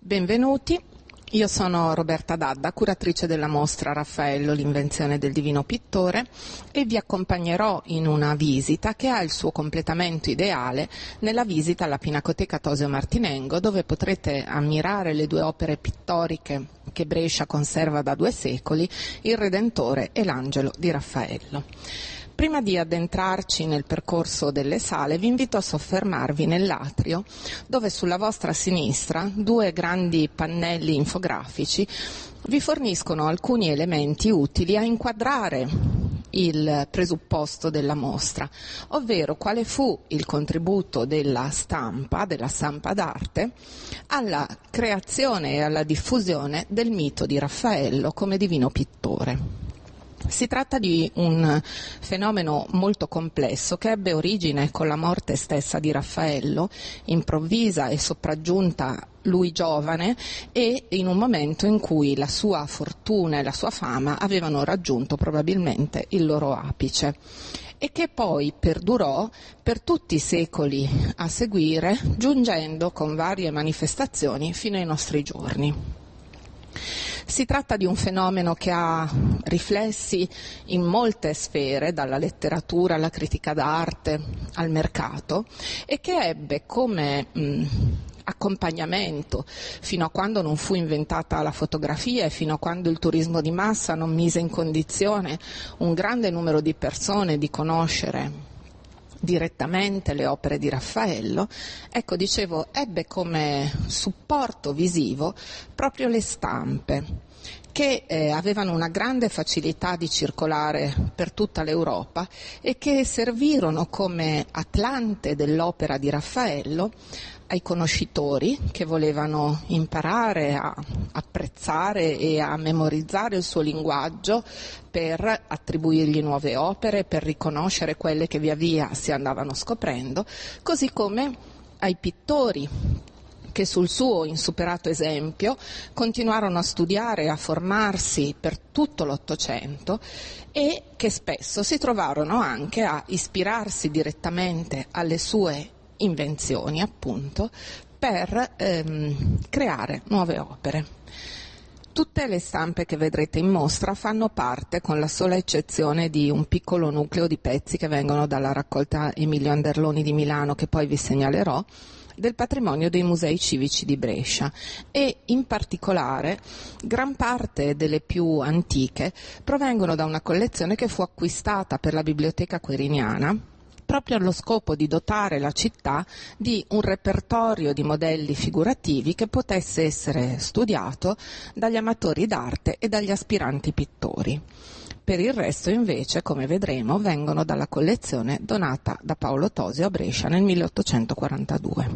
Benvenuti, io sono Roberta Dadda, curatrice della mostra Raffaello, l'invenzione del divino pittore, e vi accompagnerò in una visita che ha il suo completamento ideale nella visita alla Pinacoteca Tosio Martinengo, dove potrete ammirare le due opere pittoriche che Brescia conserva da 2 secoli, il Redentore e l'Angelo di Raffaello. Prima di addentrarci nel percorso delle sale, vi invito a soffermarvi nell'atrio, dove sulla vostra sinistra 2 grandi pannelli infografici vi forniscono alcuni elementi utili a inquadrare il presupposto della mostra, ovvero quale fu il contributo della stampa d'arte, alla creazione e alla diffusione del mito di Raffaello come divino pittore. Si tratta di un fenomeno molto complesso che ebbe origine con la morte stessa di Raffaello, improvvisa e sopraggiunta lui giovane, e in un momento in cui la sua fortuna e la sua fama avevano raggiunto probabilmente il loro apice, e che poi perdurò per tutti i secoli a seguire, giungendo con varie manifestazioni fino ai nostri giorni. Si tratta di un fenomeno che ha riflessi in molte sfere, dalla letteratura alla critica d'arte al mercato, e che ebbe come accompagnamento, fino a quando non fu inventata la fotografia e fino a quando il turismo di massa non mise in condizione un grande numero di persone di conoscere direttamente le opere di Raffaello, ebbe come supporto visivo proprio le stampe, che avevano una grande facilità di circolare per tutta l'Europa e che servirono come atlante dell'opera di Raffaello ai conoscitori che volevano imparare a apprezzare e a memorizzare il suo linguaggio per attribuirgli nuove opere, per riconoscere quelle che via via si andavano scoprendo, così come ai pittori che sul suo insuperato esempio continuarono a studiare e a formarsi per tutto l'Ottocento, e che spesso si trovarono anche a ispirarsi direttamente alle sue invenzioni, appunto, per creare nuove opere. Tutte le stampe che vedrete in mostra fanno parte, con la sola eccezione di un piccolo nucleo di pezzi che vengono dalla raccolta Emilio Anderloni di Milano, che poi vi segnalerò, del patrimonio dei musei civici di Brescia, e in particolare gran parte delle più antiche provengono da una collezione che fu acquistata per la Biblioteca Quiriniana proprio allo scopo di dotare la città di un repertorio di modelli figurativi che potesse essere studiato dagli amatori d'arte e dagli aspiranti pittori. Per il resto, invece, come vedremo, vengono dalla collezione donata da Paolo Tosio a Brescia nel 1842.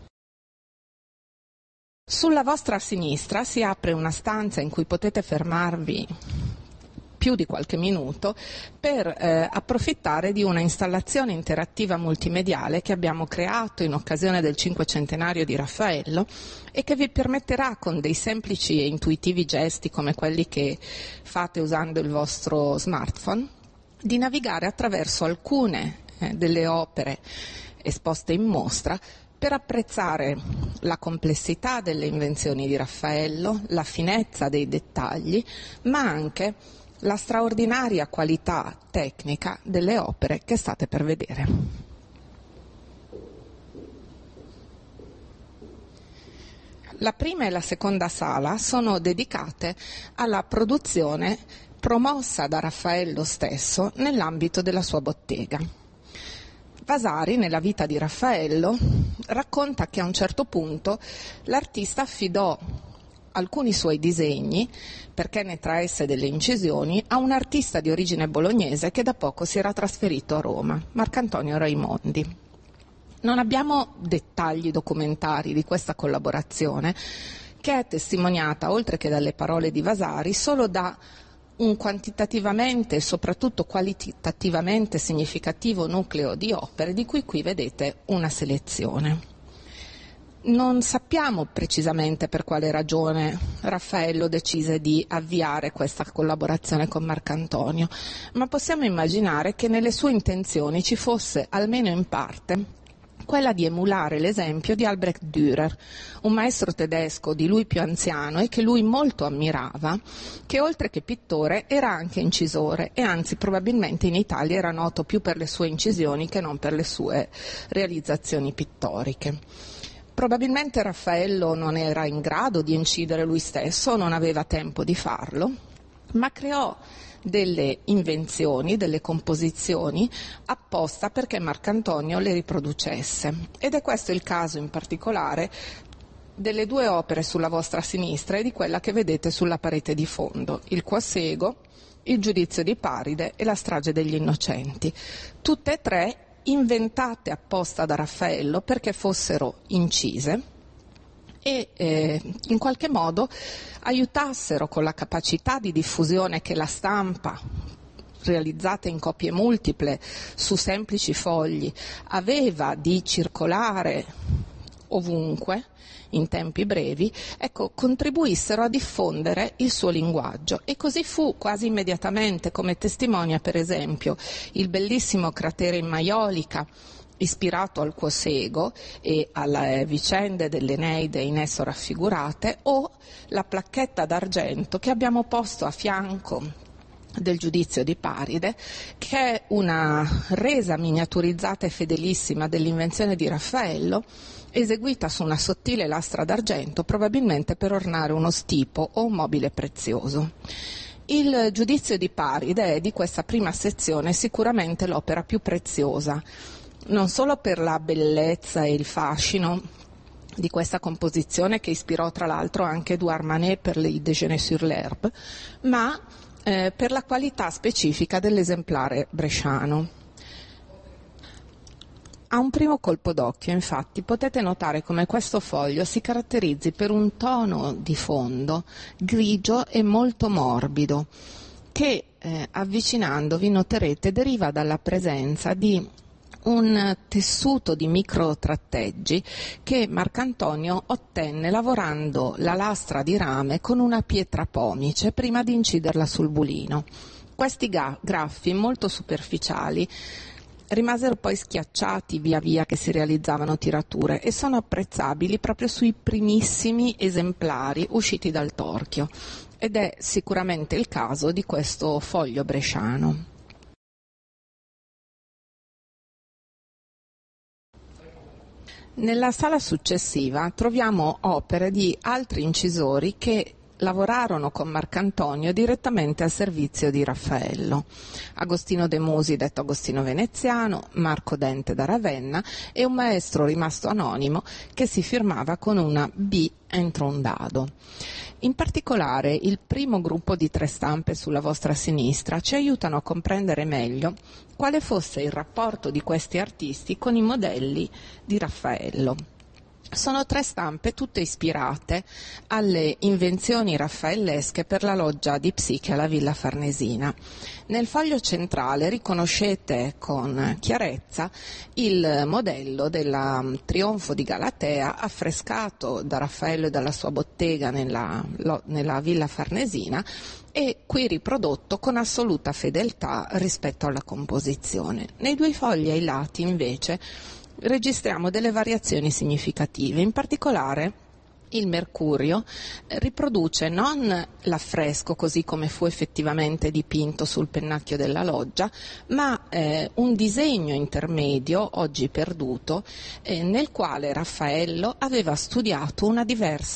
Sulla vostra sinistra si apre una stanza in cui potete fermarvi più di qualche minuto per approfittare di una installazione interattiva multimediale che abbiamo creato in occasione del 500° di Raffaello e che vi permetterà, con dei semplici e intuitivi gesti come quelli che fate usando il vostro smartphone, di navigare attraverso alcune delle opere esposte in mostra per apprezzare la complessità delle invenzioni di Raffaello, la finezza dei dettagli, ma anche la straordinaria qualità tecnica delle opere che state per vedere. La prima e la seconda sala sono dedicate alla produzione promossa da Raffaello stesso nell'ambito della sua bottega. Vasari, nella vita di Raffaello, racconta che a un certo punto l'artista affidò alcuni suoi disegni, perché ne traesse delle incisioni, a un artista di origine bolognese che da poco si era trasferito a Roma, Marcantonio Raimondi. Non abbiamo dettagli documentari di questa collaborazione, che è testimoniata, oltre che dalle parole di Vasari, solo da un quantitativamente e soprattutto qualitativamente significativo nucleo di opere, di cui qui vedete una selezione. Non sappiamo precisamente per quale ragione Raffaello decise di avviare questa collaborazione con Marcantonio, ma possiamo immaginare che nelle sue intenzioni ci fosse, almeno in parte, quella di emulare l'esempio di Albrecht Dürer, un maestro tedesco di lui più anziano e che lui molto ammirava, che oltre che pittore era anche incisore e anzi probabilmente in Italia era noto più per le sue incisioni che non per le sue realizzazioni pittoriche. Probabilmente Raffaello non era in grado di incidere lui stesso, non aveva tempo di farlo, ma creò delle invenzioni, delle composizioni apposta perché Marcantonio le riproducesse. Ed è questo il caso in particolare delle due opere sulla vostra sinistra e di quella che vedete sulla parete di fondo, il Quasego, il Giudizio di Paride e la Strage degli Innocenti. Tutte e tre inventate apposta da Raffaello perché fossero incise e in qualche modo aiutassero con la capacità di diffusione che la stampa, realizzata in copie multiple su semplici fogli, aveva di circolare ovunque in tempi brevi, ecco, contribuissero a diffondere il suo linguaggio. E così fu quasi immediatamente, come testimonia per esempio il bellissimo cratere in Maiolica, ispirato al Quasego e alle vicende dell'Eneide in esso raffigurate, o la placchetta d'argento che abbiamo posto a fianco del Giudizio di Paride, che è una resa miniaturizzata e fedelissima dell'invenzione di Raffaello, eseguita su una sottile lastra d'argento, probabilmente per ornare uno stipo o un mobile prezioso. Il Giudizio di Paride è di questa prima sezione sicuramente l'opera più preziosa, non solo per la bellezza e il fascino di questa composizione che ispirò tra l'altro anche Édouard Manet per il Déjeuner sur l'herbe, ma per la qualità specifica dell'esemplare bresciano. A un primo colpo d'occhio, infatti, potete notare come questo foglio si caratterizzi per un tono di fondo grigio e molto morbido, che avvicinandovi noterete deriva dalla presenza di un tessuto di microtratteggi che Marcantonio ottenne lavorando la lastra di rame con una pietra pomice prima di inciderla sul bulino. Questi graffi molto superficiali rimasero poi schiacciati via via che si realizzavano tirature e sono apprezzabili proprio sui primissimi esemplari usciti dal torchio, ed è sicuramente il caso di questo foglio bresciano. Nella sala successiva troviamo opere di altri incisori che lavorarono con Marcantonio direttamente al servizio di Raffaello. Agostino de Musi, detto Agostino Veneziano, Marco Dente da Ravenna e un maestro rimasto anonimo che si firmava con una B entro un dado. In particolare il primo gruppo di 3 stampe sulla vostra sinistra ci aiutano a comprendere meglio quale fosse il rapporto di questi artisti con i modelli di Raffaello. Sono 3 stampe tutte ispirate alle invenzioni raffaellesche per la loggia di Psiche alla Villa Farnesina. Nel foglio centrale riconoscete con chiarezza il modello del Trionfo di Galatea affrescato da Raffaello e dalla sua bottega nella Villa Farnesina, e qui riprodotto con assoluta fedeltà rispetto alla composizione. Nei 2 fogli ai lati invece registriamo delle variazioni significative. In particolare il Mercurio riproduce non l'affresco così come fu effettivamente dipinto sul pennacchio della loggia, ma un disegno intermedio, oggi perduto, nel quale Raffaello aveva studiato un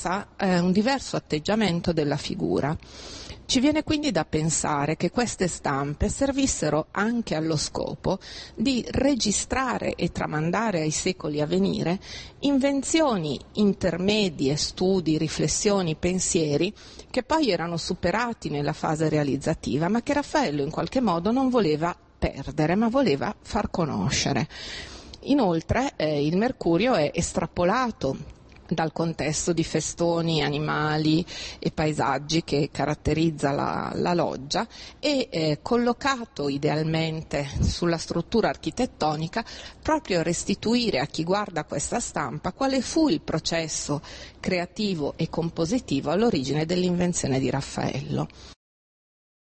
diverso atteggiamento della figura. Ci viene quindi da pensare che queste stampe servissero anche allo scopo di registrare e tramandare ai secoli a venire invenzioni intermedie, studi, riflessioni, pensieri che poi erano superati nella fase realizzativa, ma che Raffaello in qualche modo non voleva perdere, ma voleva far conoscere. Inoltre il Mercurio è estrapolato dal contesto di festoni, animali e paesaggi che caratterizza la loggia e collocato idealmente sulla struttura architettonica proprio a restituire a chi guarda questa stampa quale fu il processo creativo e compositivo all'origine dell'invenzione di Raffaello.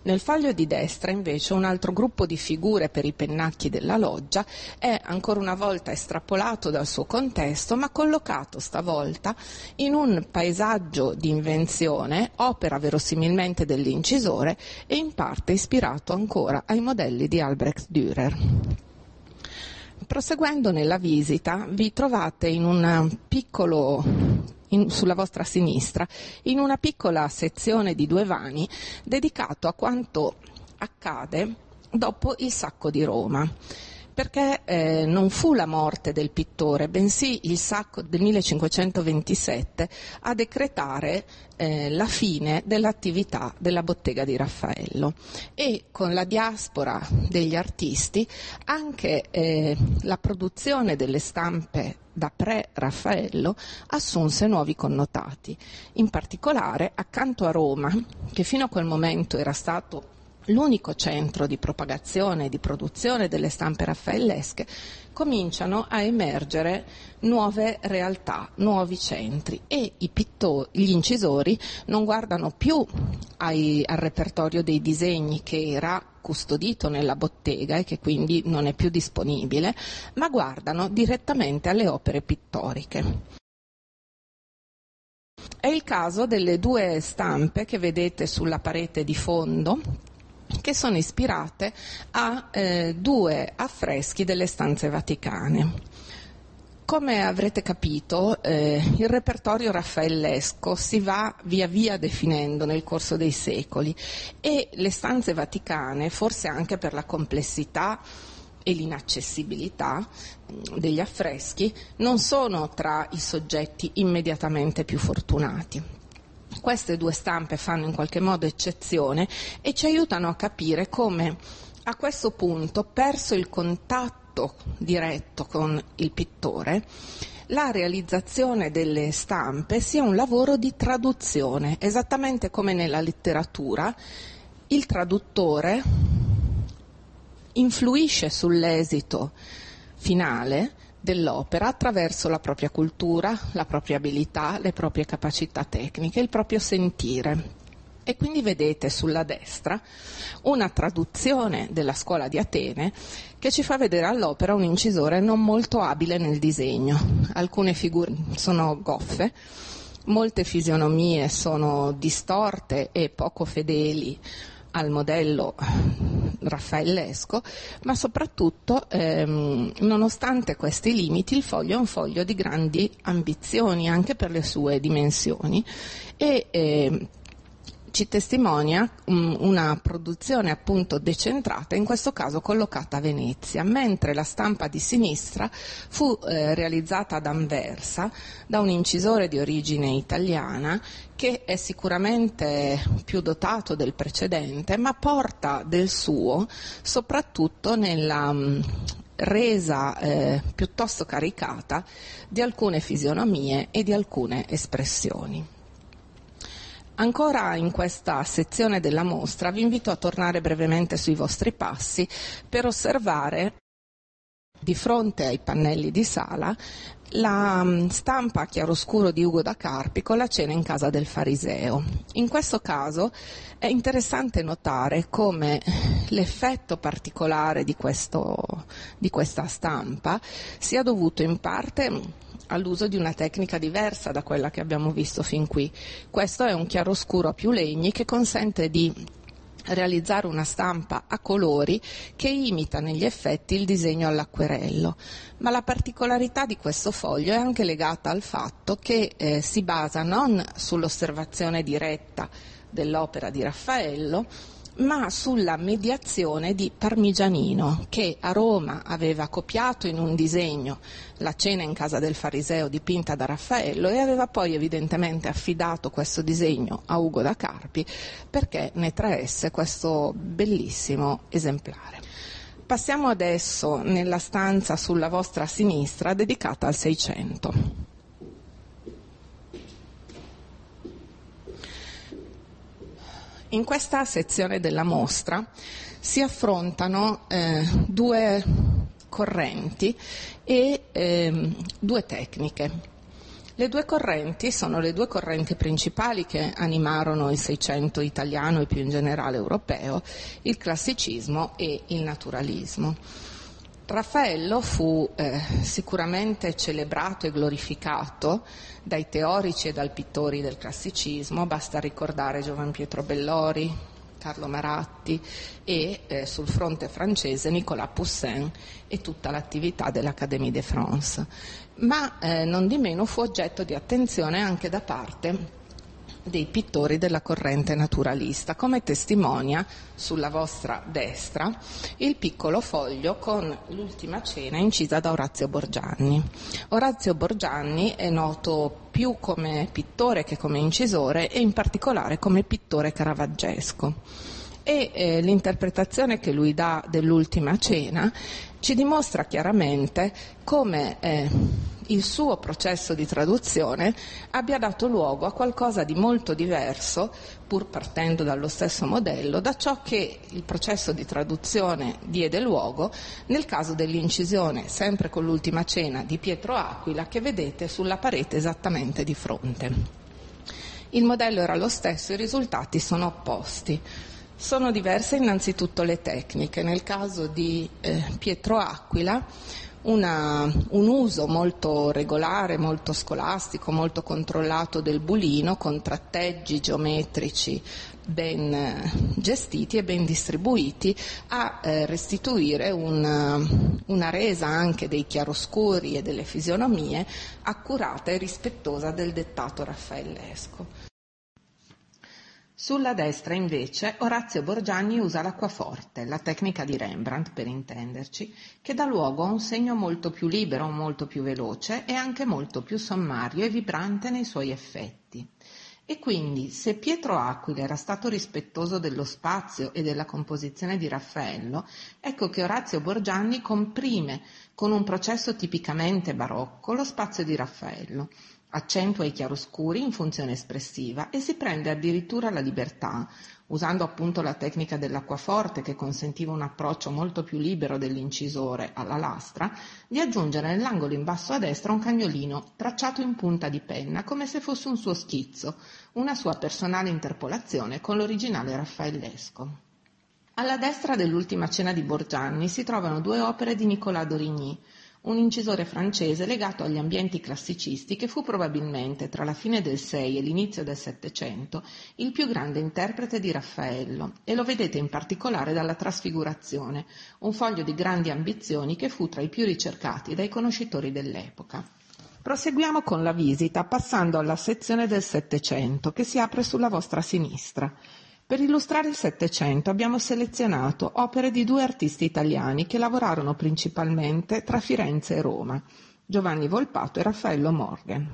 Nel foglio di destra invece un altro gruppo di figure per i pennacchi della loggia è ancora una volta estrapolato dal suo contesto, ma collocato stavolta in un paesaggio di invenzione, opera verosimilmente dell'incisore e in parte ispirato ancora ai modelli di Albrecht Dürer. Proseguendo nella visita vi trovate in un piccolo sulla vostra sinistra, in una piccola sezione di 2 vani dedicato a quanto accade dopo il sacco di Roma, perché non fu la morte del pittore, bensì il sacco del 1527 a decretare la fine dell'attività della bottega di Raffaello, e con la diaspora degli artisti anche la produzione delle stampe da pre-Raffaello assunse nuovi connotati. In particolare, accanto a Roma, che fino a quel momento era stato l'unico centro di propagazione e di produzione delle stampe raffaellesche, cominciano a emergere nuove realtà, nuovi centri, e gli incisori non guardano più al repertorio dei disegni che era custodito nella bottega e che quindi non è più disponibile, ma guardano direttamente alle opere pittoriche. È il caso delle 2 stampe che vedete sulla parete di fondo, che sono ispirate a 2 affreschi delle stanze vaticane. Come avrete capito, il repertorio raffaellesco si va via via definendo nel corso dei secoli, e le stanze vaticane, forse anche per la complessità e l'inaccessibilità degli affreschi, non sono tra i soggetti immediatamente più fortunati. Queste 2 stampe fanno in qualche modo eccezione e ci aiutano a capire come a questo punto, perso il contatto diretto con il pittore, la realizzazione delle stampe sia un lavoro di traduzione, esattamente come nella letteratura il traduttore influisce sull'esito finale dell'opera attraverso la propria cultura, la propria abilità, le proprie capacità tecniche, il proprio sentire. E quindi vedete sulla destra una traduzione della scuola di Atene che ci fa vedere all'opera un incisore non molto abile nel disegno. Alcune figure sono goffe, molte fisionomie sono distorte e poco fedeli al modello raffaellesco, ma soprattutto, nonostante questi limiti, il foglio è un foglio di grandi ambizioni anche per le sue dimensioni, e ci testimonia una produzione appunto decentrata, in questo caso collocata a Venezia, mentre la stampa di sinistra fu realizzata ad Anversa da un incisore di origine italiana che è sicuramente più dotato del precedente, ma porta del suo soprattutto nella resa piuttosto caricata di alcune fisionomie e di alcune espressioni. Ancora in questa sezione della mostra vi invito a tornare brevemente sui vostri passi per osservare di fronte ai pannelli di sala la stampa a chiaroscuro di Ugo da Carpi con la cena in casa del fariseo. In questo caso è interessante notare come l'effetto particolare di questa stampa sia dovuto in parte all'uso di una tecnica diversa da quella che abbiamo visto fin qui. Questo è un chiaroscuro a più legni che consente di realizzare una stampa a colori che imita negli effetti il disegno all'acquerello, ma la particolarità di questo foglio è anche legata al fatto che si basa non sull'osservazione diretta dell'opera di Raffaello, ma sulla mediazione di Parmigianino, che a Roma aveva copiato in un disegno la cena in casa del fariseo dipinta da Raffaello e aveva poi evidentemente affidato questo disegno a Ugo da Carpi perché ne traesse questo bellissimo esemplare. Passiamo adesso nella stanza sulla vostra sinistra dedicata al Seicento. In questa sezione della mostra si affrontano 2 correnti e 2 tecniche. Le due correnti sono le due correnti principali che animarono il Seicento italiano e più in generale europeo, il classicismo e il naturalismo. Raffaello fu sicuramente celebrato e glorificato dai teorici e dai pittori del classicismo, basta ricordare Giovan Pietro Bellori, Carlo Maratti e sul fronte francese Nicolas Poussin e tutta l'attività dell'Académie de France. Ma non di meno fu oggetto di attenzione anche da parte dei pittori della corrente naturalista, come testimonia sulla vostra destra il piccolo foglio con l'Ultima Cena incisa da Orazio Borgianni. Orazio Borgianni è noto più come pittore che come incisore e in particolare come pittore caravaggesco. E l'interpretazione che lui dà dell'Ultima Cena ci dimostra chiaramente come il suo processo di traduzione abbia dato luogo a qualcosa di molto diverso, pur partendo dallo stesso modello, da ciò che il processo di traduzione diede luogo nel caso dell'incisione, sempre con l'Ultima Cena, di Pietro Aquila, che vedete sulla parete esattamente di fronte. Il modello era lo stesso, i risultati sono opposti. Sono diverse innanzitutto le tecniche. Nel caso di Pietro Aquila, un uso molto regolare, molto scolastico, molto controllato del bulino, con tratteggi geometrici ben gestiti e ben distribuiti, a restituire una resa anche dei chiaroscuri e delle fisionomie accurata e rispettosa del dettato raffaellesco. Sulla destra invece Orazio Borgianni usa l'acquaforte, la tecnica di Rembrandt per intenderci, che dà luogo a un segno molto più libero, molto più veloce e anche molto più sommario e vibrante nei suoi effetti. E quindi se Pietro Aquila era stato rispettoso dello spazio e della composizione di Raffaello, ecco che Orazio Borgianni comprime con un processo tipicamente barocco lo spazio di Raffaello, accentua i chiaroscuri in funzione espressiva e si prende addirittura la libertà, usando appunto la tecnica dell'acquaforte che consentiva un approccio molto più libero dell'incisore alla lastra, di aggiungere nell'angolo in basso a destra un cagnolino tracciato in punta di penna come se fosse un suo schizzo, una sua personale interpolazione con l'originale raffaellesco. Alla destra dell'Ultima Cena di Borgianni si trovano due opere di Nicolas d'Origny, un incisore francese legato agli ambienti classicisti che fu probabilmente tra la fine del Sei e l'inizio del Settecento il più grande interprete di Raffaello, e lo vedete in particolare dalla Trasfigurazione, un foglio di grandi ambizioni che fu tra i più ricercati dai conoscitori dell'epoca. Proseguiamo con la visita passando alla sezione del Settecento che si apre sulla vostra sinistra. Per illustrare il Settecento abbiamo selezionato opere di due artisti italiani che lavorarono principalmente tra Firenze e Roma, Giovanni Volpato e Raffaello Morgan.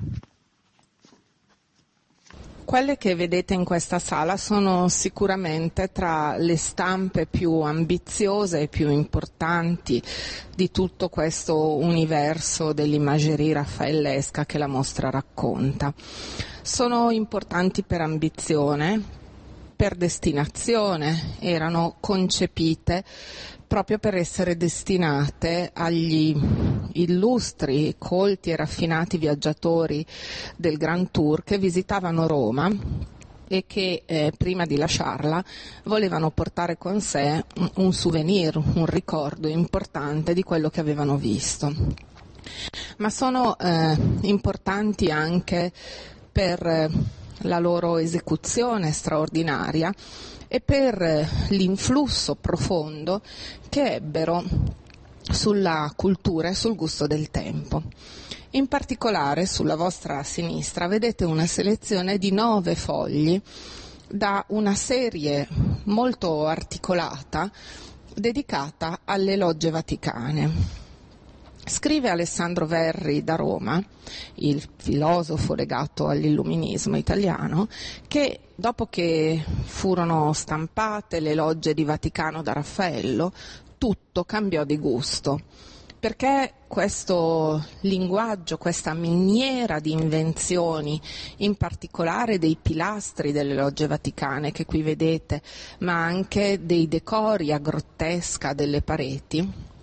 Quelle che vedete in questa sala sono sicuramente tra le stampe più ambiziose e più importanti di tutto questo universo dell'imageria raffaellesca che la mostra racconta. Sono importanti per ambizione, per destinazione, erano concepite proprio per essere destinate agli illustri, colti e raffinati viaggiatori del Grand Tour che visitavano Roma e che prima di lasciarla volevano portare con sé un souvenir, un ricordo importante di quello che avevano visto. Ma sono importanti anche per la loro esecuzione straordinaria e per l'influsso profondo che ebbero sulla cultura e sul gusto del tempo. In particolare sulla vostra sinistra vedete una selezione di 9 fogli da una serie molto articolata dedicata alle logge vaticane. Scrive Alessandro Verri da Roma, il filosofo legato all'illuminismo italiano, che dopo che furono stampate le logge di Vaticano da Raffaello, tutto cambiò di gusto, perché questo linguaggio, questa miniera di invenzioni, in particolare dei pilastri delle logge vaticane che qui vedete, ma anche dei decori a grottesca delle pareti,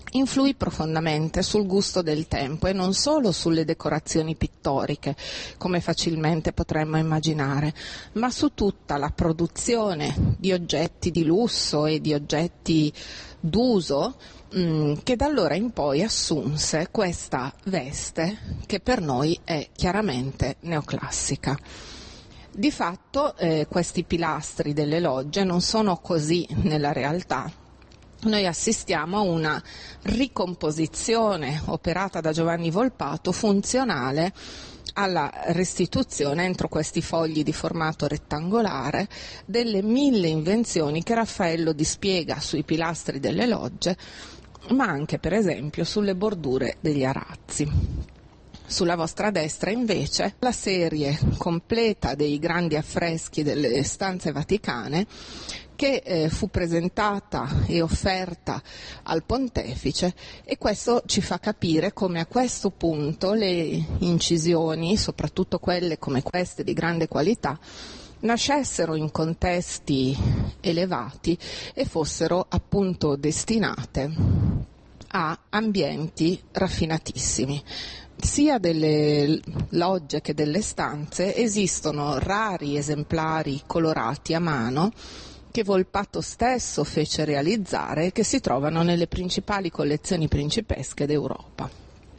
influì profondamente sul gusto del tempo e non solo sulle decorazioni pittoriche, come facilmente potremmo immaginare, ma su tutta la produzione di oggetti di lusso e di oggetti d'uso che da allora in poi assunse questa veste che per noi è chiaramente neoclassica. Di fatto questi pilastri delle logge non sono così nella realtà. Noi assistiamo a una ricomposizione operata da Giovanni Volpato funzionale alla restituzione entro questi fogli di formato rettangolare delle 1000 invenzioni che Raffaello dispiega sui pilastri delle logge, ma anche per esempio sulle bordure degli arazzi. Sulla vostra destra invece la serie completa dei grandi affreschi delle stanze vaticane che fu presentata e offerta al pontefice, e questo ci fa capire come a questo punto le incisioni, soprattutto quelle come queste di grande qualità, nascessero in contesti elevati e fossero appunto destinate a ambienti raffinatissimi. Sia delle logge che delle stanze esistono rari esemplari colorati a mano che Volpato stesso fece realizzare e che si trovano nelle principali collezioni principesche d'Europa.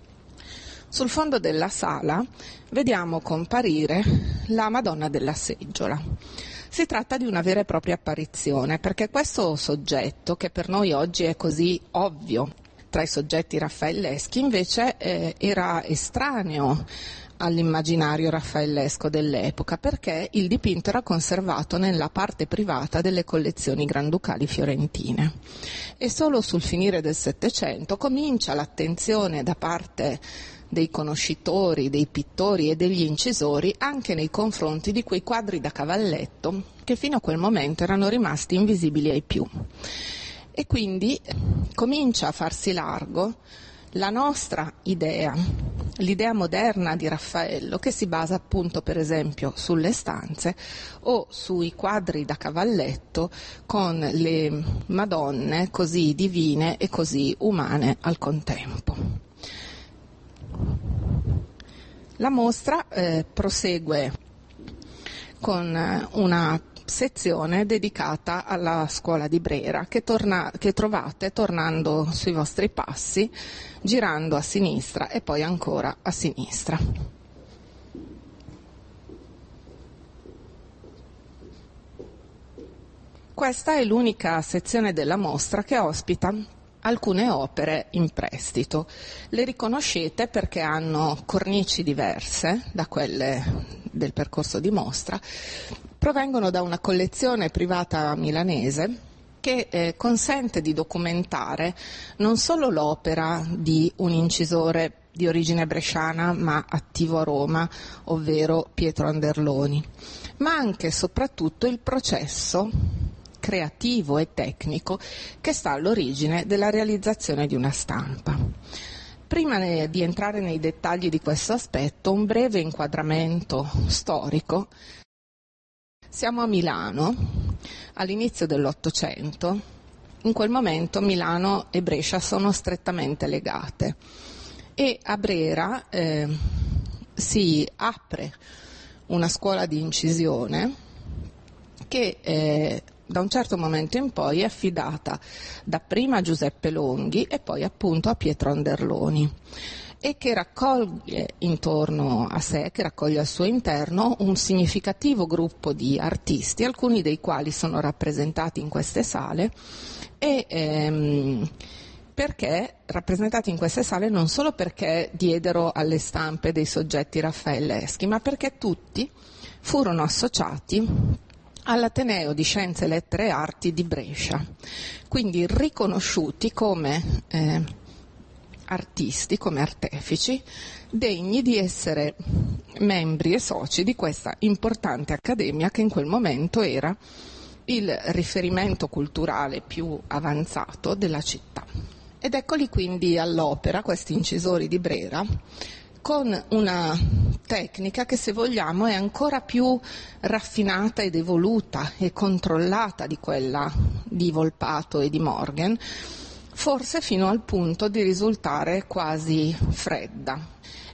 Sul fondo della sala vediamo comparire la Madonna della Seggiola. Si tratta di una vera e propria apparizione, perché questo soggetto, che per noi oggi è così ovvio tra i soggetti raffaelleschi, invece era estraneo all'immaginario raffaellesco dell'epoca, perché il dipinto era conservato nella parte privata delle collezioni granducali fiorentine, e solo sul finire del Settecento comincia l'attenzione da parte dei conoscitori, dei pittori e degli incisori anche nei confronti di quei quadri da cavalletto che fino a quel momento erano rimasti invisibili ai più. E quindi comincia a farsi largo la nostra idea, l'idea moderna di Raffaello, che si basa appunto per esempio sulle stanze o sui quadri da cavalletto con le Madonne così divine e così umane al contempo. La mostra prosegue con una sezione dedicata alla scuola di Brera che trovate tornando sui vostri passi, girando a sinistra e poi ancora a sinistra. Questa è l'unica sezione della mostra che ospita alcune opere in prestito. Le riconoscete perché hanno cornici diverse da quelle del percorso di mostra, provengono da una collezione privata milanese che consente di documentare non solo l'opera di un incisore di origine bresciana ma attivo a Roma, ovvero Pietro Anderloni, ma anche e soprattutto il processo creativo e tecnico che sta all'origine della realizzazione di una stampa. Prima di entrare nei dettagli di questo aspetto, un breve inquadramento storico. Siamo a Milano, all'inizio dell'Ottocento. In quel momento Milano e Brescia sono strettamente legate e a Brera si apre una scuola di incisione che da un certo momento in poi è affidata dapprima a Giuseppe Longhi e poi appunto a Pietro Anderloni, e che raccoglie intorno a sé, che raccoglie al suo interno un significativo gruppo di artisti, alcuni dei quali sono rappresentati in queste sale, e perché rappresentati in queste sale non solo perché diedero alle stampe dei soggetti raffaelleschi, ma perché tutti furono associati all'Ateneo di Scienze, Lettere e Arti di Brescia, quindi riconosciuti come artisti, come artefici, degni di essere membri e soci di questa importante accademia che in quel momento era il riferimento culturale più avanzato della città. Ed eccoli quindi all'opera, questi incisori di Brera, con una tecnica che, se vogliamo, è ancora più raffinata ed evoluta e controllata di quella di Volpato e di Morgan, forse fino al punto di risultare quasi fredda.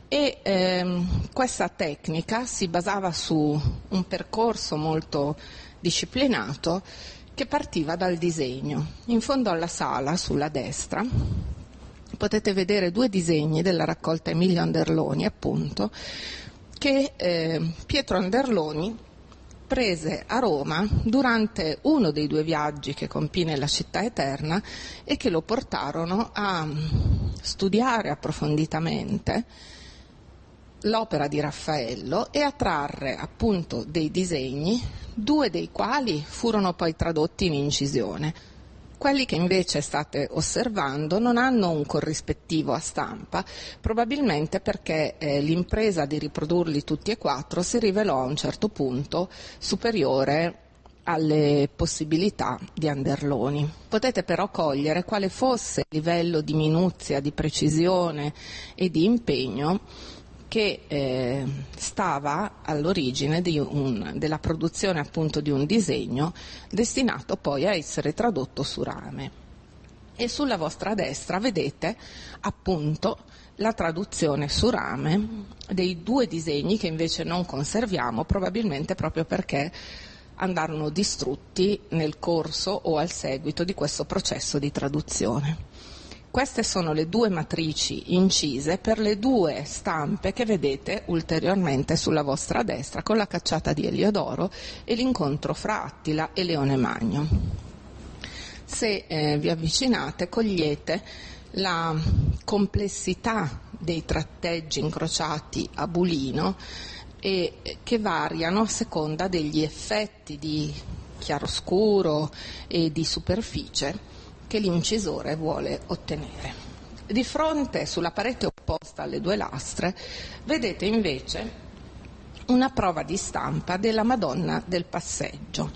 E questa tecnica si basava su un percorso molto disciplinato che partiva dal disegno. In fondo alla sala, sulla destra, potete vedere 2 disegni della raccolta Emilio Anderloni, appunto, che Pietro Anderloni prese a Roma durante uno dei 2 viaggi che compì nella città eterna e che lo portarono a studiare approfonditamente l'opera di Raffaello e a trarre appunto dei disegni, 2 dei quali furono poi tradotti in incisione. Quelli che invece state osservando non hanno un corrispettivo a stampa, probabilmente perché l'impresa di riprodurli tutti e 4 si rivelò a un certo punto superiore alle possibilità di Anderloni. Potete però cogliere quale fosse il livello di minuzia, di precisione e di impegno che stava all'origine della produzione appunto di un disegno destinato poi a essere tradotto su rame. E sulla vostra destra vedete appunto la traduzione su rame dei 2 disegni che invece non conserviamo, probabilmente proprio perché andarono distrutti nel corso o al seguito di questo processo di traduzione. Queste sono le 2 matrici incise per le 2 stampe che vedete ulteriormente sulla vostra destra, con la cacciata di Eliodoro e l'incontro fra Attila e Leone Magno. Se vi avvicinate cogliete la complessità dei tratteggi incrociati a bulino e che variano a seconda degli effetti di chiaroscuro e di superficie che l'incisore vuole ottenere. Di fronte, sulla parete opposta alle 2 lastre, vedete invece una prova di stampa della Madonna del Passeggio.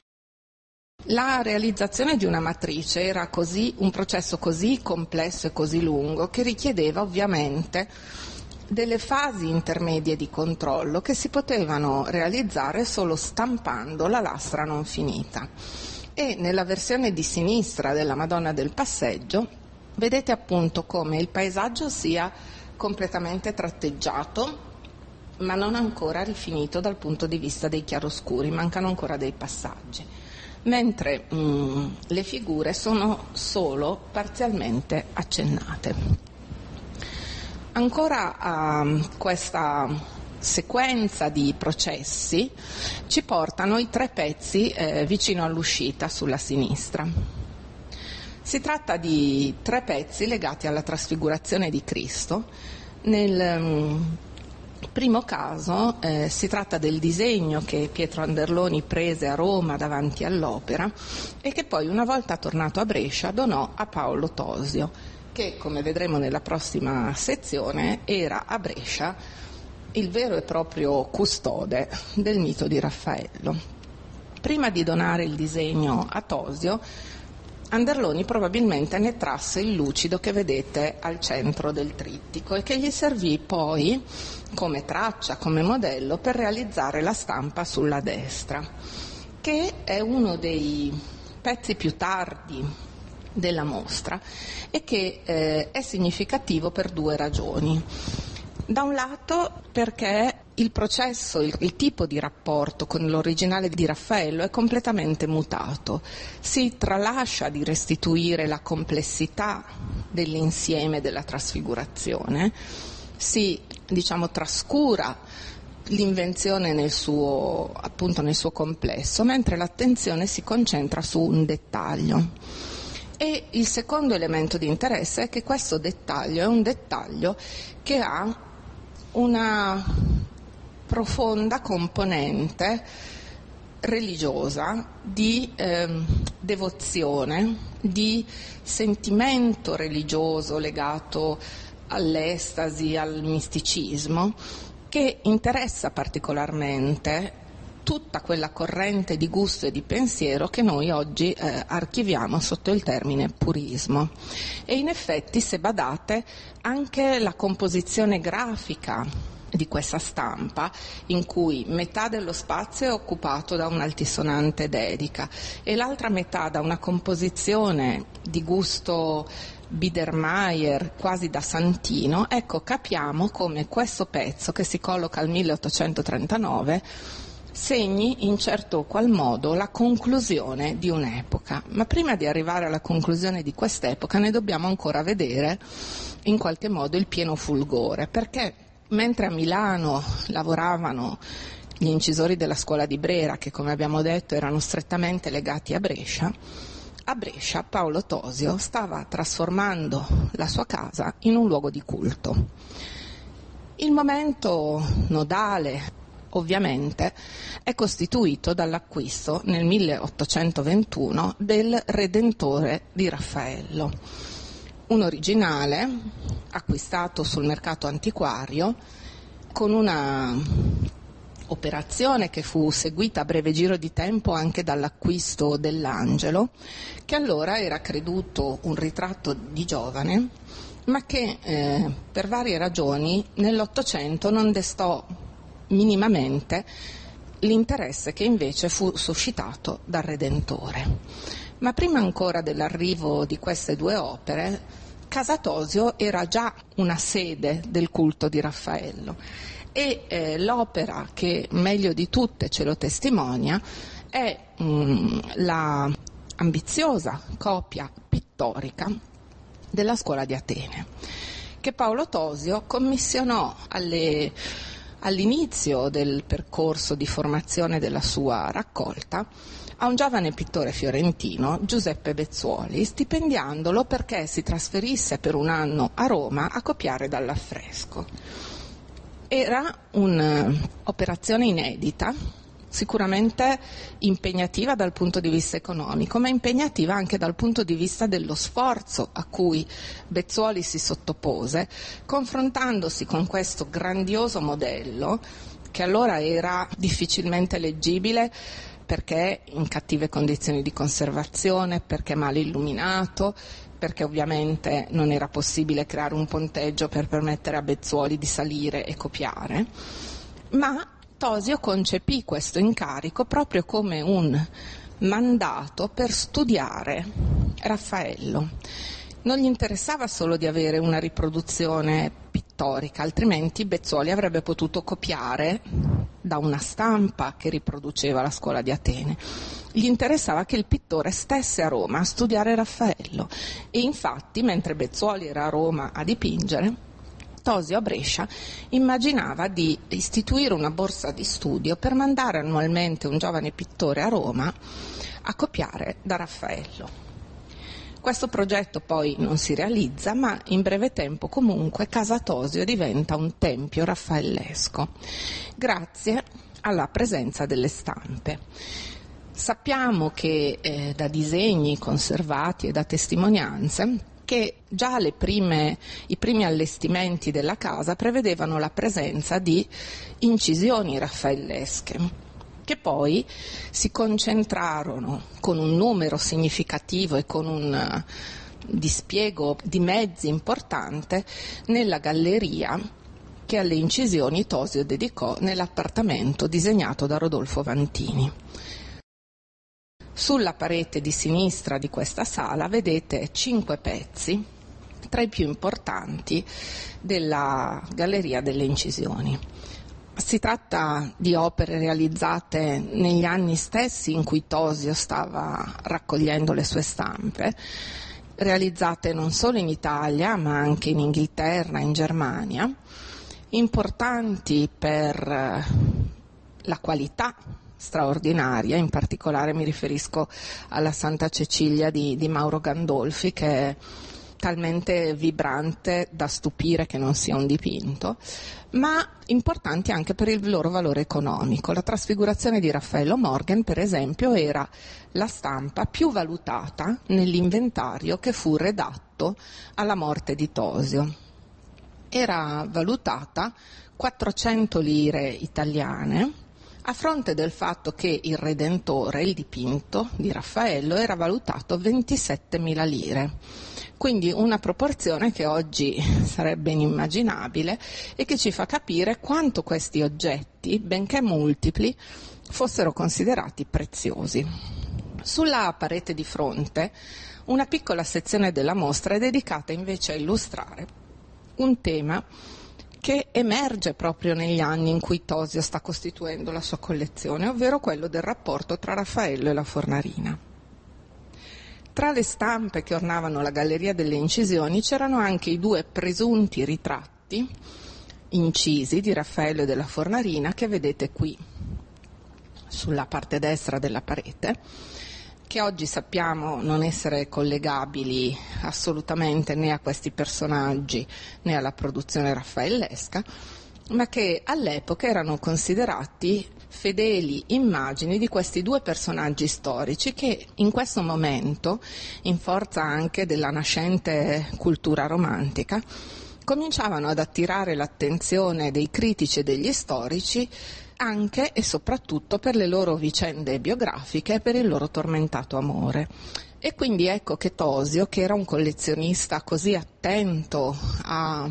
La realizzazione di una matrice era un processo così complesso e così lungo che richiedeva ovviamente delle fasi intermedie di controllo che si potevano realizzare solo stampando la lastra non finita. E nella versione di sinistra della Madonna del Passeggio vedete appunto come il paesaggio sia completamente tratteggiato, ma non ancora rifinito dal punto di vista dei chiaroscuri, mancano ancora dei passaggi, mentre le figure sono solo parzialmente accennate. Ancora a questa sequenza di processi ci portano i 3 pezzi vicino all'uscita sulla sinistra. Si tratta di 3 pezzi legati alla trasfigurazione di Cristo. Nel primo caso si tratta del disegno che Pietro Anderloni prese a Roma davanti all'opera e che poi, una volta tornato a Brescia, donò a Paolo Tosio, che, come vedremo nella prossima sezione, era a Brescia il vero e proprio custode del mito di Raffaello. Prima di donare il disegno a Tosio, Anderloni probabilmente ne trasse il lucido che vedete al centro del trittico e che gli servì poi come traccia, come modello per realizzare la stampa sulla destra, che è uno dei pezzi più tardi della mostra e che è significativo per 2 ragioni. Da un lato perché il processo, il tipo di rapporto con l'originale di Raffaello è completamente mutato. Si tralascia di restituire la complessità dell'insieme della trasfigurazione, si trascura l'invenzione nel suo complesso, mentre l'attenzione si concentra su un dettaglio. E il secondo elemento di interesse è che questo dettaglio è un dettaglio che ha una profonda componente religiosa, di devozione, di sentimento religioso legato all'estasi, al misticismo, che interessa particolarmente tutta quella corrente di gusto e di pensiero che noi oggi archiviamo sotto il termine purismo. E in effetti, se badate, anche la composizione grafica di questa stampa, in cui metà dello spazio è occupato da un'altisonante dedica e l'altra metà da una composizione di gusto Biedermeier, quasi da santino, ecco, capiamo come questo pezzo, che si colloca al 1839, segni in certo qual modo la conclusione di un'epoca. Ma prima di arrivare alla conclusione di quest'epoca ne dobbiamo ancora vedere in qualche modo il pieno fulgore, perché mentre a Milano lavoravano gli incisori della scuola di Brera, che come abbiamo detto erano strettamente legati a Brescia Paolo Tosio stava trasformando la sua casa in un luogo di culto. Il momento nodale, ovviamente, è costituito dall'acquisto nel 1821 del Redentore di Raffaello, un originale acquistato sul mercato antiquario con una operazione che fu seguita a breve giro di tempo anche dall'acquisto dell'Angelo, che allora era creduto un ritratto di giovane, ma che per varie ragioni nell'Ottocento non destò minimamente l'interesse che invece fu suscitato dal Redentore. Ma prima ancora dell'arrivo di queste due opere, Casa Tosio era già una sede del culto di Raffaello e l'opera che meglio di tutte ce lo testimonia è la ambiziosa copia pittorica della scuola di Atene, che Paolo Tosio commissionò all'inizio del percorso di formazione della sua raccolta a un giovane pittore fiorentino, Giuseppe Bezzuoli, stipendiandolo perché si trasferisse per un anno a Roma a copiare dall'affresco. Era un'operazione inedita, sicuramente impegnativa dal punto di vista economico, ma impegnativa anche dal punto di vista dello sforzo a cui Bezzuoli si sottopose, confrontandosi con questo grandioso modello, che allora era difficilmente leggibile perché in cattive condizioni di conservazione, perché male illuminato, perché ovviamente non era possibile creare un ponteggio per permettere a Bezzuoli di salire e copiare, ma Tosio concepì questo incarico proprio come un mandato per studiare Raffaello. Non gli interessava solo di avere una riproduzione pittorica, altrimenti Bezzuoli avrebbe potuto copiare da una stampa che riproduceva la scuola di Atene. Gli interessava che il pittore stesse a Roma a studiare Raffaello e infatti, mentre Bezzuoli era a Roma a dipingere, Tosio a Brescia immaginava di istituire una borsa di studio per mandare annualmente un giovane pittore a Roma a copiare da Raffaello. Questo progetto poi non si realizza, ma in breve tempo comunque Casa Tosio diventa un tempio raffaellesco, grazie alla presenza delle stampe. Sappiamo che da disegni conservati e da testimonianze che già i primi allestimenti della casa prevedevano la presenza di incisioni raffaellesche, che poi si concentrarono con un numero significativo e con un dispiego di mezzi importante nella galleria che alle incisioni Tosio dedicò nell'appartamento disegnato da Rodolfo Vantini. Sulla parete di sinistra di questa sala vedete 5 pezzi, tra i più importanti della Galleria delle Incisioni. Si tratta di opere realizzate negli anni stessi in cui Tosio stava raccogliendo le sue stampe, realizzate non solo in Italia ma anche in Inghilterra, in Germania, importanti per la qualità straordinaria, in particolare mi riferisco alla Santa Cecilia di Mauro Gandolfi, che è talmente vibrante da stupire che non sia un dipinto, ma importanti anche per il loro valore economico. La Trasfigurazione di Raffaello Morgan, per esempio, era la stampa più valutata nell'inventario che fu redatto alla morte di Tosio. Era valutata 400 lire italiane, a fronte del fatto che il Redentore, il dipinto di Raffaello, era valutato 27.000 lire. Quindi una proporzione che oggi sarebbe inimmaginabile e che ci fa capire quanto questi oggetti, benché multipli, fossero considerati preziosi. Sulla parete di fronte una piccola sezione della mostra è dedicata invece a illustrare un tema che emerge proprio negli anni in cui Tosio sta costituendo la sua collezione, ovvero quello del rapporto tra Raffaello e la Fornarina. Tra le stampe che ornavano la galleria delle incisioni c'erano anche i 2 presunti ritratti incisi di Raffaello e della Fornarina che vedete qui sulla parte destra della parete, che oggi sappiamo non essere collegabili assolutamente né a questi personaggi né alla produzione raffaellesca, ma che all'epoca erano considerati fedeli immagini di questi 2 personaggi storici che in questo momento, in forza anche della nascente cultura romantica, cominciavano ad attirare l'attenzione dei critici e degli storici anche e soprattutto per le loro vicende biografiche e per il loro tormentato amore. E quindi ecco che Tosio, che era un collezionista così attento a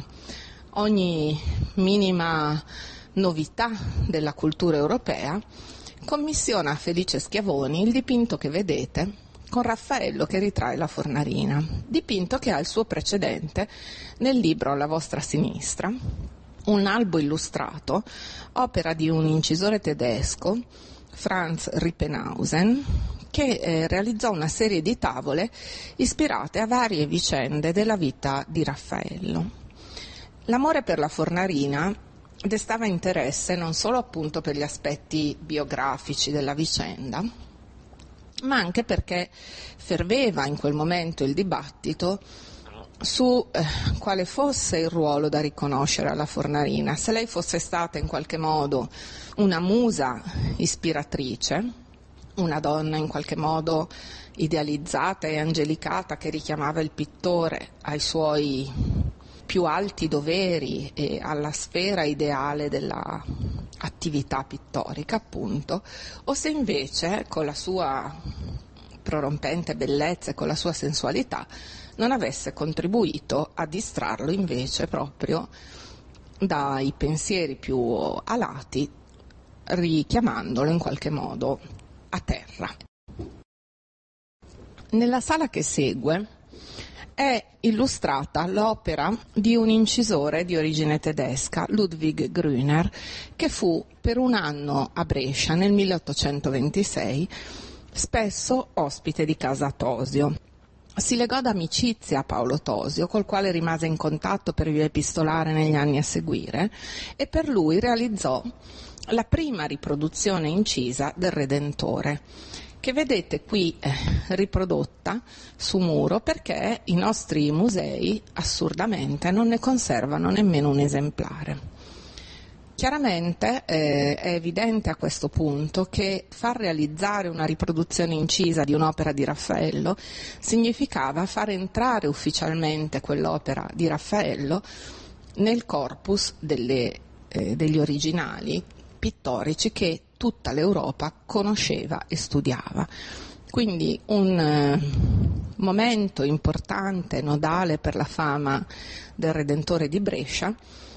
ogni minima novità della cultura europea, commissiona a Felice Schiavoni il dipinto che vedete con Raffaello che ritrae la Fornarina, dipinto che ha il suo precedente nel libro alla vostra sinistra, un albo illustrato, opera di un incisore tedesco, Franz Rippenhausen, che realizzò una serie di tavole ispirate a varie vicende della vita di Raffaello. L'amore per la Fornarina destava interesse non solo appunto per gli aspetti biografici della vicenda, ma anche perché ferveva in quel momento il dibattito su quale fosse il ruolo da riconoscere alla Fornarina, se lei fosse stata in qualche modo una musa ispiratrice, una donna in qualche modo idealizzata e angelicata che richiamava il pittore ai suoi più alti doveri e alla sfera ideale della attività pittorica, appunto, o se invece con la sua prorompente bellezza e con la sua sensualità non avesse contribuito a distrarlo invece proprio dai pensieri più alati, richiamandolo in qualche modo a terra. Nella sala che segue è illustrata l'opera di un incisore di origine tedesca, Ludwig Grüner, che fu per un anno a Brescia nel 1826 spesso ospite di casa Tosio. Si legò d'amicizia a Paolo Tosio, col quale rimase in contatto per via epistolare negli anni a seguire, e per lui realizzò la prima riproduzione incisa del Redentore, che vedete qui riprodotta su muro perché i nostri musei assurdamente non ne conservano nemmeno un esemplare. Chiaramente è evidente a questo punto che far realizzare una riproduzione incisa di un'opera di Raffaello significava far entrare ufficialmente quell'opera di Raffaello nel corpus degli originali pittorici che tutta l'Europa conosceva e studiava. Quindi un momento importante, nodale per la fama del Redentore di Brescia,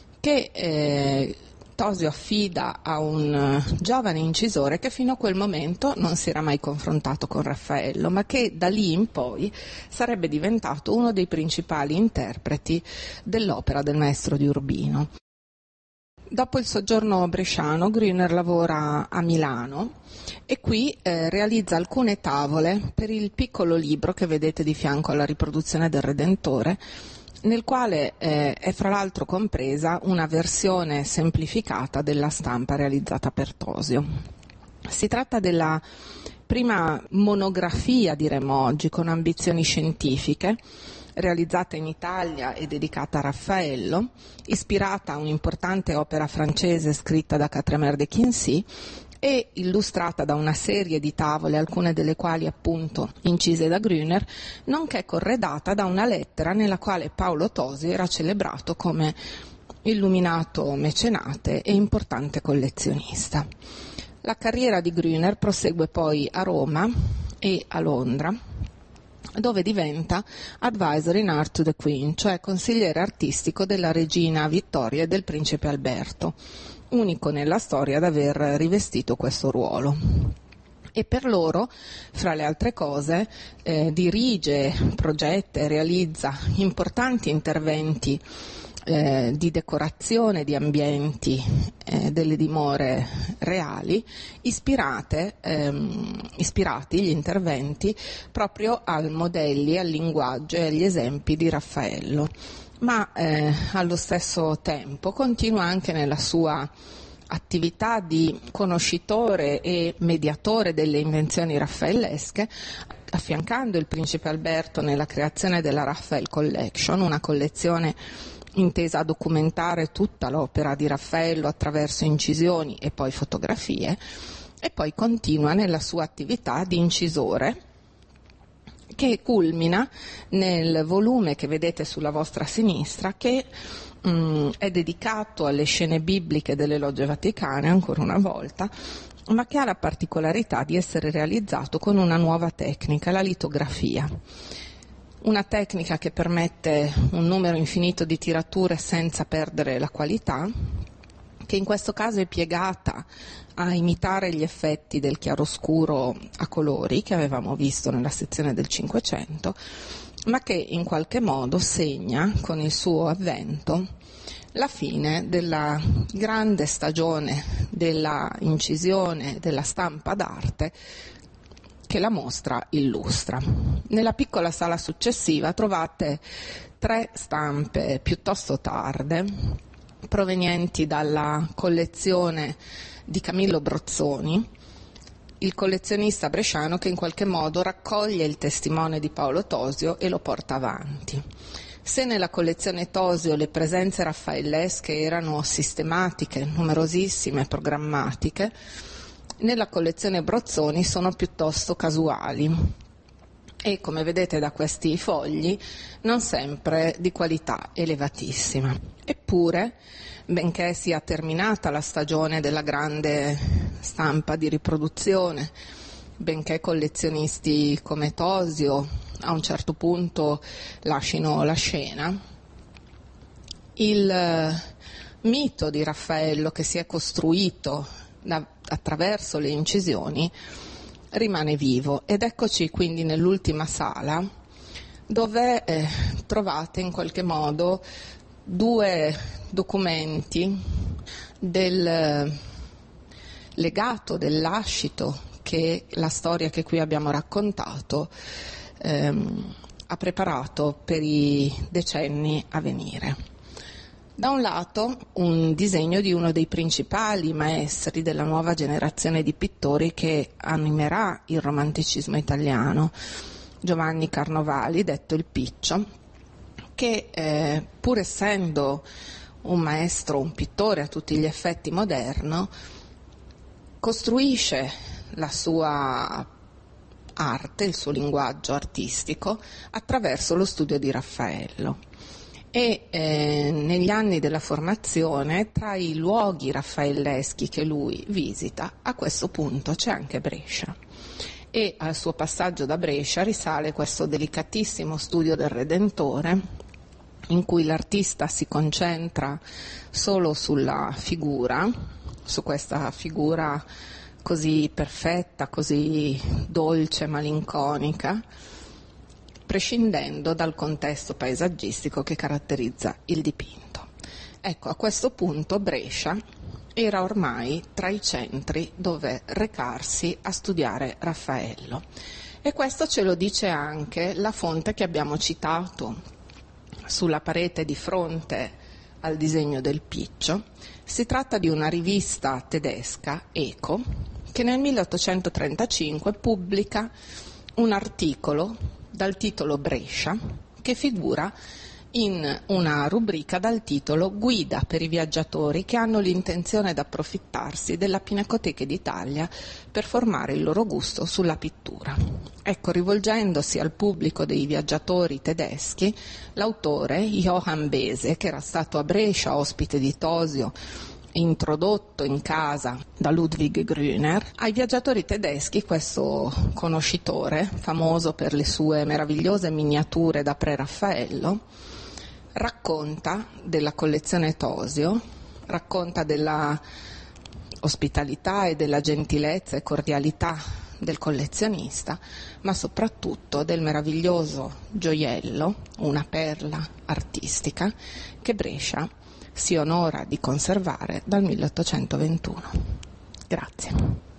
che Tosio affida a un giovane incisore che fino a quel momento non si era mai confrontato con Raffaello, ma che da lì in poi sarebbe diventato uno dei principali interpreti dell'opera del maestro di Urbino. Dopo il soggiorno bresciano, Grüner lavora a Milano e qui realizza alcune tavole per il piccolo libro che vedete di fianco alla riproduzione del Redentore, nel quale è fra l'altro compresa una versione semplificata della stampa realizzata per Tosio. Si tratta della prima monografia, diremmo oggi, con ambizioni scientifiche, realizzata in Italia e dedicata a Raffaello, ispirata a un'importante opera francese scritta da Quatremer de Quincy e illustrata da una serie di tavole, alcune delle quali appunto incise da Grüner, nonché corredata da una lettera nella quale Paolo Tosio era celebrato come illuminato mecenate e importante collezionista. La carriera di Grüner prosegue poi a Roma e a Londra, dove diventa advisor in art to the Queen, cioè consigliere artistico della regina Vittoria e del principe Alberto, unico nella storia ad aver rivestito questo ruolo. E per loro, fra le altre cose, dirige, progetta e realizza importanti interventi di decorazione di ambienti delle dimore reali, ispirati gli interventi proprio ai modelli, al linguaggio e agli esempi di Raffaello, ma allo stesso tempo continua anche nella sua attività di conoscitore e mediatore delle invenzioni raffaellesche, affiancando il principe Alberto nella creazione della Raphael Collection, una collezione intesa a documentare tutta l'opera di Raffaello attraverso incisioni e poi fotografie, e poi continua nella sua attività di incisore, che culmina nel volume che vedete sulla vostra sinistra, che è dedicato alle scene bibliche delle logge vaticane, ancora una volta, ma che ha la particolarità di essere realizzato con una nuova tecnica, la litografia. Una tecnica che permette un numero infinito di tirature senza perdere la qualità, che in questo caso è piegata a imitare gli effetti del chiaroscuro a colori che avevamo visto nella sezione del Cinquecento, ma che in qualche modo segna con il suo avvento la fine della grande stagione della incisione, della stampa d'arte che la mostra illustra. Nella piccola sala successiva trovate 3 stampe piuttosto tarde, provenienti dalla collezione di Camillo Brozzoni, il collezionista bresciano che in qualche modo raccoglie il testimone di Paolo Tosio e lo porta avanti. Se nella collezione Tosio le presenze raffaellesche erano sistematiche, numerosissime, programmatiche, nella collezione Brozzoni sono piuttosto casuali e, come vedete da questi fogli, non sempre di qualità elevatissima. Eppure, benché sia terminata la stagione della grande stampa di riproduzione, benché collezionisti come Tosio a un certo punto lascino la scena, il mito di Raffaello che si è costruito attraverso le incisioni rimane vivo, ed eccoci quindi nell'ultima sala dove trovate in qualche modo 2 documenti del legato, del lascito che la storia che qui abbiamo raccontato ha preparato per i decenni a venire. Da un lato un disegno di uno dei principali maestri della nuova generazione di pittori che animerà il romanticismo italiano, Giovanni Carnovali, detto il Piccio, che pur essendo un maestro, un pittore a tutti gli effetti moderno, costruisce la sua arte, il suo linguaggio artistico attraverso lo studio di Raffaello. E negli anni della formazione, tra i luoghi raffaelleschi che lui visita, a questo punto c'è anche Brescia, e al suo passaggio da Brescia risale questo delicatissimo studio del Redentore, in cui l'artista si concentra solo sulla figura, su questa figura così perfetta, così dolce, malinconica, prescindendo dal contesto paesaggistico che caratterizza il dipinto. Ecco, a questo punto Brescia era ormai tra i centri dove recarsi a studiare Raffaello, e questo ce lo dice anche la fonte che abbiamo citato sulla parete di fronte al disegno del Piccio. Si tratta di una rivista tedesca, Eco, che nel 1835 pubblica un articolo dal titolo Brescia, che figura in una rubrica dal titolo Guida per i viaggiatori che hanno l'intenzione di approfittarsi della Pinacoteca d'Italia per formare il loro gusto sulla pittura. Ecco, rivolgendosi al pubblico dei viaggiatori tedeschi, l'autore Johann Bese, che era stato a Brescia ospite di Tosio, introdotto in casa da Ludwig Grüner, ai viaggiatori tedeschi questo conoscitore, famoso per le sue meravigliose miniature da pre-Raffaello, racconta della collezione Tosio, racconta della ospitalità e della gentilezza e cordialità del collezionista, ma soprattutto del meraviglioso gioiello, una perla artistica, che Brescia si onora di conservare dal 1821. Grazie.